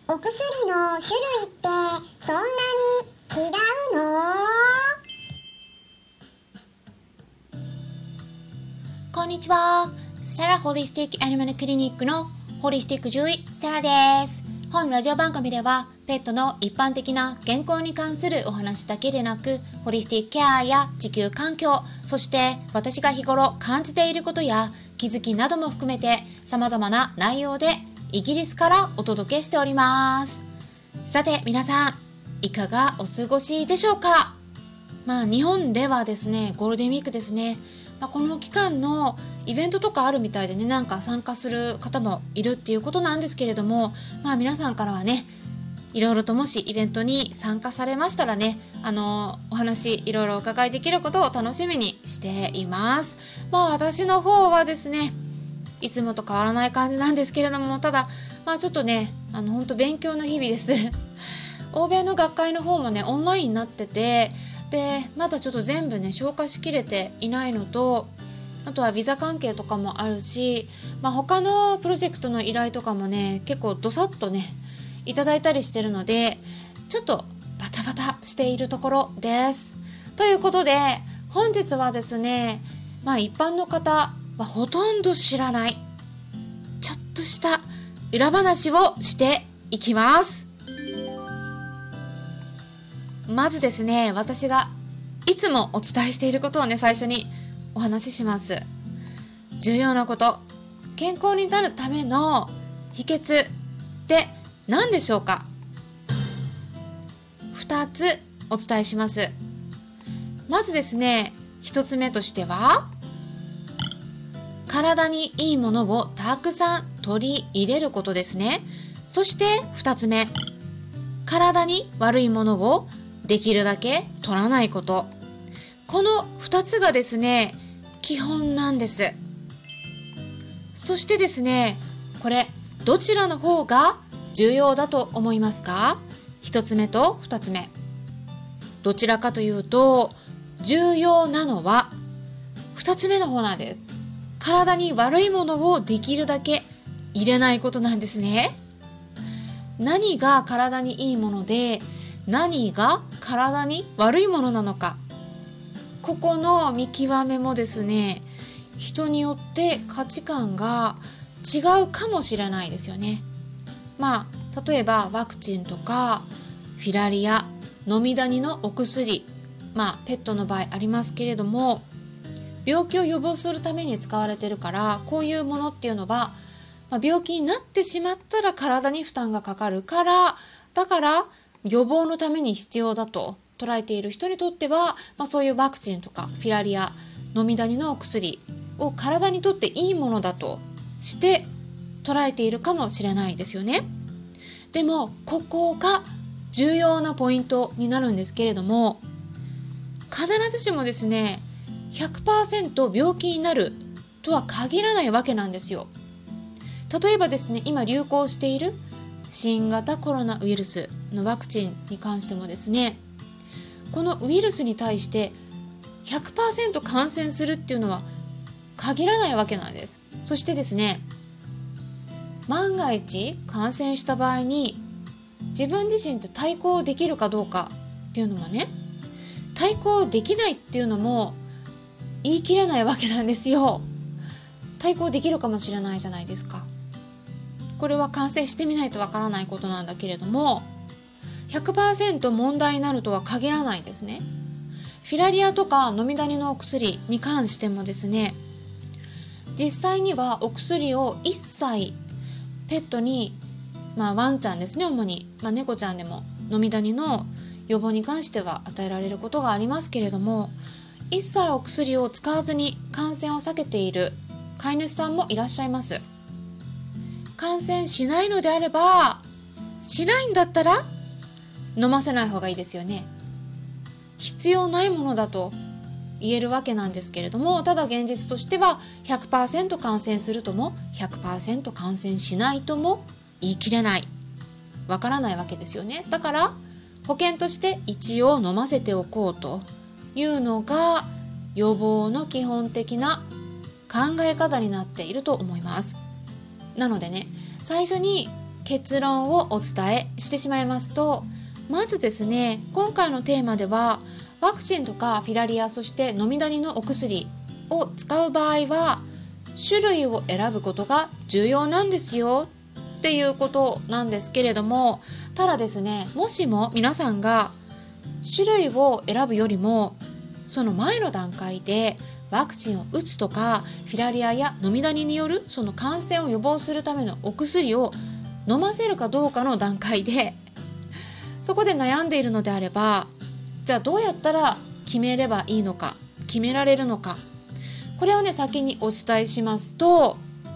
お薬の種類ってそんなに違うの？ こんにちは。サラホリスティックアニマルクリニックのホリスティック獣医サラです。本ラジオ番組ではペットの一般的な健康に関するお話だけでなく、ホリスティックケアや地球環境、そして私が日頃感じていることや気づきなども含めて様々な内容でイギリスからお届けしております。さて皆さん、いかがお過ごしでしょうか？日本ではですね、ゴールデンウィークですね。この期間のイベントとかあるみたいでね、なんか参加する方もいるっていうことなんですけれども、皆さんからはね、いろいろともしイベントに参加されましたらね、お話いろいろお伺いできることを楽しみにしています。私の方はですね、いつもと変わらない感じなんですけれども、ただちょっとね、本当勉強の日々です欧米の学会の方もねオンラインになってて、でまだちょっと全部ね消化しきれていないのと、あとはビザ関係とかもあるし、他のプロジェクトの依頼とかもね結構どさっとねいただいたりしてるので、ちょっとバタバタしているところです。ということで本日はですね、一般の方はほとんど知らないちょっとした裏話をしていきます。まずですね、私がいつもお伝えしていることをね最初にお話しします。重要なこと、健康になるための秘訣って何でしょうか？2つお伝えします。まずですね、1つ目としては、体にいいものをたくさん取り入れることですね。そして2つ目、体に悪いものをできるだけ取らないこと。この2つがですね、基本なんです。そしてですね、これどちらの方が重要だと思いますか？1つ目と2つ目。どちらかというと重要なのは2つ目の方なんです。体に悪いものをできるだけ入れないことなんですね。何が体にいいもので何が体に悪いものなのか、ここの見極めもですね、人によって価値観が違うかもしれないですよね。例えばワクチンとかフィラリア、飲みダニのお薬、ペットの場合ありますけれども、病気を予防するために使われているから、こういうものっていうのは、病気になってしまったら体に負担がかかるから、だから予防のために必要だと捉えている人にとっては、そういうワクチンとかフィラリア、飲みダニのお薬を体にとっていいものだとして捉えているかもしれないですよね。でもここが重要なポイントになるんですけれども、必ずしもですね 100% 病気になるとは限らないわけなんですよ。例えばですね、今流行している新型コロナウイルスのワクチンに関してもですね、このウイルスに対して 100% 感染するっていうのは限らないわけなんです。そしてですね、万が一感染した場合に自分自身って対抗できるかどうかっていうのもね、対抗できないっていうのも言い切れないわけなんですよ。対抗できるかもしれないじゃないですか。これは感染してみないとわからないことなんだけれども、 100% 問題になるとは限らないですね。フィラリアとか飲みダニのお薬に関してもですね、実際にはお薬を一切ペットに、ワンちゃんですね主に、猫ちゃんでも飲みダニの予防に関しては与えられることがありますけれども、一切お薬を使わずに感染を避けている飼い主さんもいらっしゃいます。感染しないのであれば、しないんだったら飲ませない方がいいですよね。必要ないものだと言えるわけなんですけれども、ただ現実としては 100% 感染するとも 100% 感染しないとも言い切れない、わからないわけですよね。だから保険として一応飲ませておこうというのが予防の基本的な考え方になっていると思います。なのでね、最初に結論をお伝えしてしまいますと、まずですね、今回のテーマではワクチンとかフィラリア、そして飲みダニのお薬を使う場合は種類を選ぶことが重要なんですよっていうことなんですけれども、ただですね、もしも皆さんが種類を選ぶよりもその前の段階でワクチンを打つとかフィラリアや飲みダニによるその感染を予防するためのお薬を飲ませるかどうかの段階でそこで悩んでいるのであれば、じゃあどうやったら決めればいいのか、決められるのか、これをね先にお伝えしますと、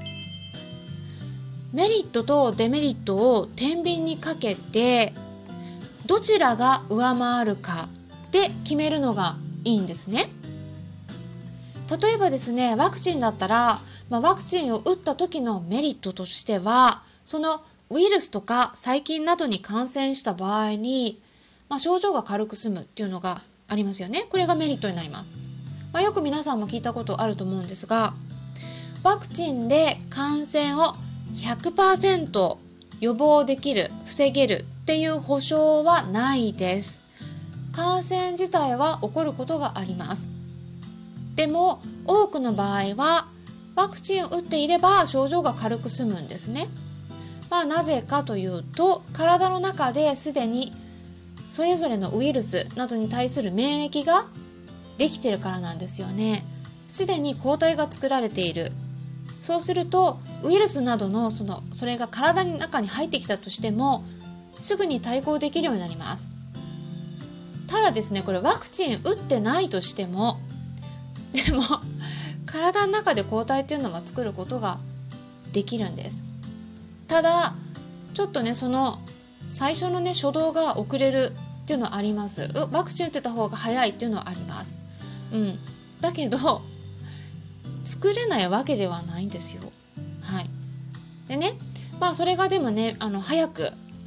メリットとデメリットを天秤にかけてどちらが上回るかで決めるのがいいんですね。例えばですね、ワクチンだったら、ワクチンを打った時のメリットとしては、そのウイルスとか細菌などに感染した場合に、症状が軽く済むっていうのがありますよね。これがメリットになります。よく皆さんも聞いたことあると思うんですが、ワクチンで感染を 100% 予防できる、防げるっていう保証はないです。感染自体は起こることがあります。でも多くの場合はワクチンを打っていれば症状が軽く済むんですね。なぜかというと、体の中ですでにそれぞれのウイルスなどに対する免疫ができているからなんですよね。すでに抗体が作られている。そうするとウイルスなどのそれが体の中に入ってきたとしてもすぐに対抗できるようになります。ただですね、これワクチン打ってないとしても、でも体の中で抗体っていうのは作ることができるんです。ただちょっとね、その最初のね初動が遅れるっていうのはあります。ワクチン打ってた方が早いっていうのはあります。だけど作れないわけではないんですよ。でね、それがでもね、早く、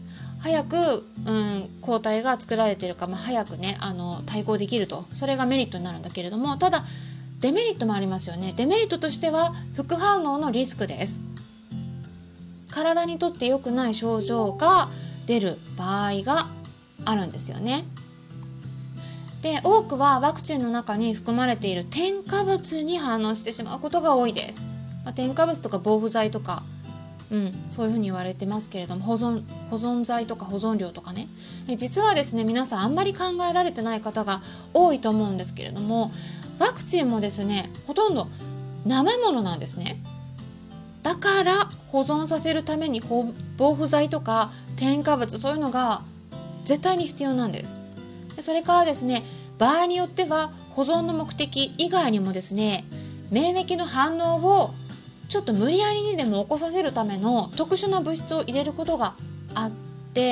抗体が作られているか、早くね対抗できると、それがメリットになるんだけれども、ただデメリットもありますよね。デメリットとしては副反応のリスクです。体にとって良くない症状が出る場合があるんですよね。で、多くはワクチンの中に含まれている添加物に反応してしまうことが多いです。添加物とか防腐剤とか、そういうふうに言われてますけれども、保存剤とか保存料とかね、実はですね、皆さんあんまり考えられてない方が多いと思うんですけれども、ワクチンもですね、ほとんど生ものなんですね。だから保存させるために防腐剤とか添加物、そういうのが絶対に必要なんです。それからですね、場合によっては保存の目的以外にもですね、免疫の反応をちょっと無理やりにでも起こさせるための特殊な物質を入れることがあって、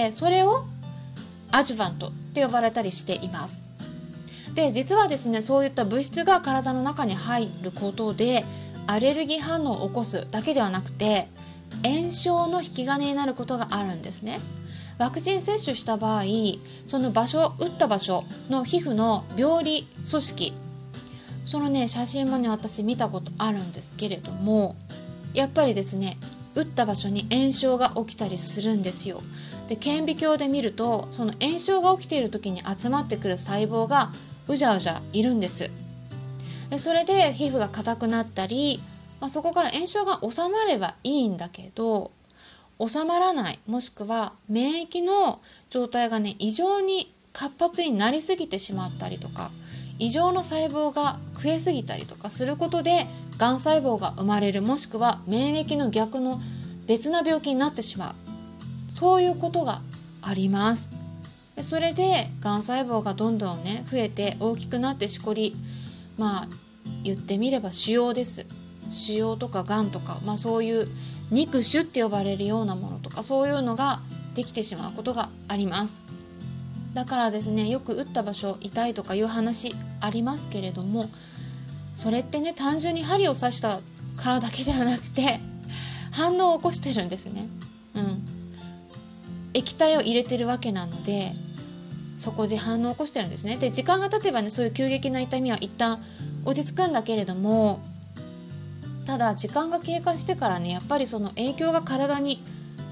それをアジュバントって呼ばれたりしています。で、実はですね、そういった物質が体の中に入ることでアレルギー反応を起こすだけではなくて、炎症の引き金になることがあるんですね。ワクチン接種した場合、その場所、打った場所の皮膚の病理組織、そのね写真もね私見たことあるんですけれども、やっぱりですね、打った場所に炎症が起きたりするんですよ。で、顕微鏡で見ると、その炎症が起きている時に集まってくる細胞がうじゃうじゃいるんです。で、それで皮膚が硬くなったり、そこから炎症が収まればいいんだけど、収まらない、もしくは免疫の状態がね異常に活発になりすぎてしまったりとか、異常の細胞が増えすぎたりとかすることで、がん細胞が生まれる、もしくは免疫の逆の別な病気になってしまう、そういうことがあります。で、それでがん細胞がどんどんね増えて大きくなってしこり、言ってみれば腫瘍です。腫瘍とかがんとか、そういう肉腫って呼ばれるようなものとか、そういうのができてしまうことがあります。だからですね、よく打った場所痛いとかいう話ありますけれども、それってね単純に針を刺したからだけではなくて反応を起こしてるんですね。液体を入れてるわけなので、そこで反応を起こしてるんですね。で、時間が経てばね、そういう急激な痛みは一旦落ち着くんだけれども、ただ時間が経過してからね、やっぱりその影響が体に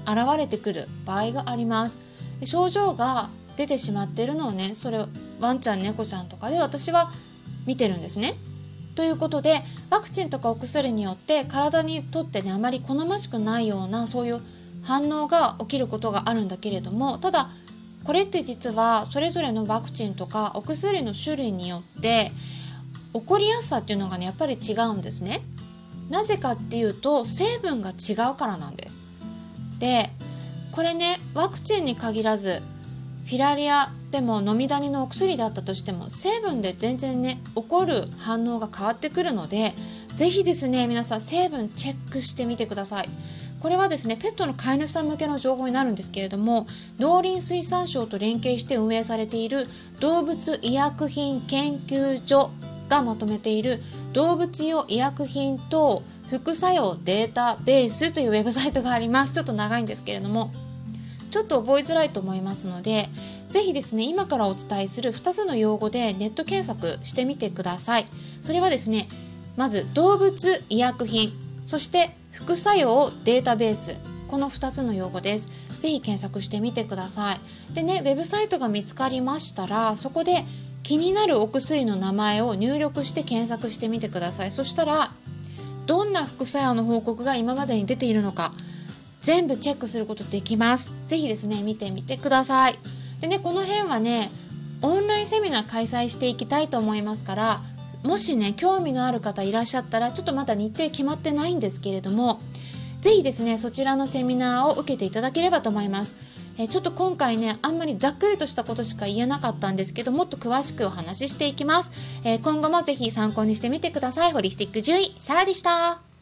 現れてくる場合があります。で症状が出てしまっているのをね、それワンちゃん猫ちゃんとかで私は見てるんですね。ということでワクチンとかお薬によって体にとってねあまり好ましくないようなそういう反応が起きることがあるんだけれども、ただこれって実はそれぞれのワクチンとかお薬の種類によって起こりやすさっていうのがねやっぱり違うんですね。なぜかっていうと成分が違うからなんです。でこれねワクチンに限らずフィラリアでも飲みダニのお薬だったとしても成分で全然ね起こる反応が変わってくるので、ぜひですね皆さん成分チェックしてみてください。これはですねペットの飼い主さん向けの情報になるんですけれども、農林水産省と連携して運営されている動物医薬品研究所がまとめている動物用医薬品等副作用データベースというウェブサイトがあります。ちょっと長いんですけれどもちょっと覚えづらいと思いますので、ぜひですね今からお伝えする2つの用語でネット検索してみてください。それはですね、まず動物医薬品、そして副作用データベース、この2つの用語です。ぜひ検索してみてください。でね、ウェブサイトが見つかりましたらそこで気になるお薬の名前を入力して検索してみてください。そしたらどんな副作用の報告が今までに出ているのか全部チェックすることできます。ぜひですね見てみてください。でね、この辺はねオンラインセミナー開催していきたいと思いますから、もしね興味のある方いらっしゃったらちょっとまだ日程決まってないんですけれども、ぜひですねそちらのセミナーを受けていただければと思います。ちょっと今回ねあんまりざっくりとしたことしか言えなかったんですけど、もっと詳しくお話ししていきます。今後もぜひ参考にしてみてください。ホリスティック獣医サラでした。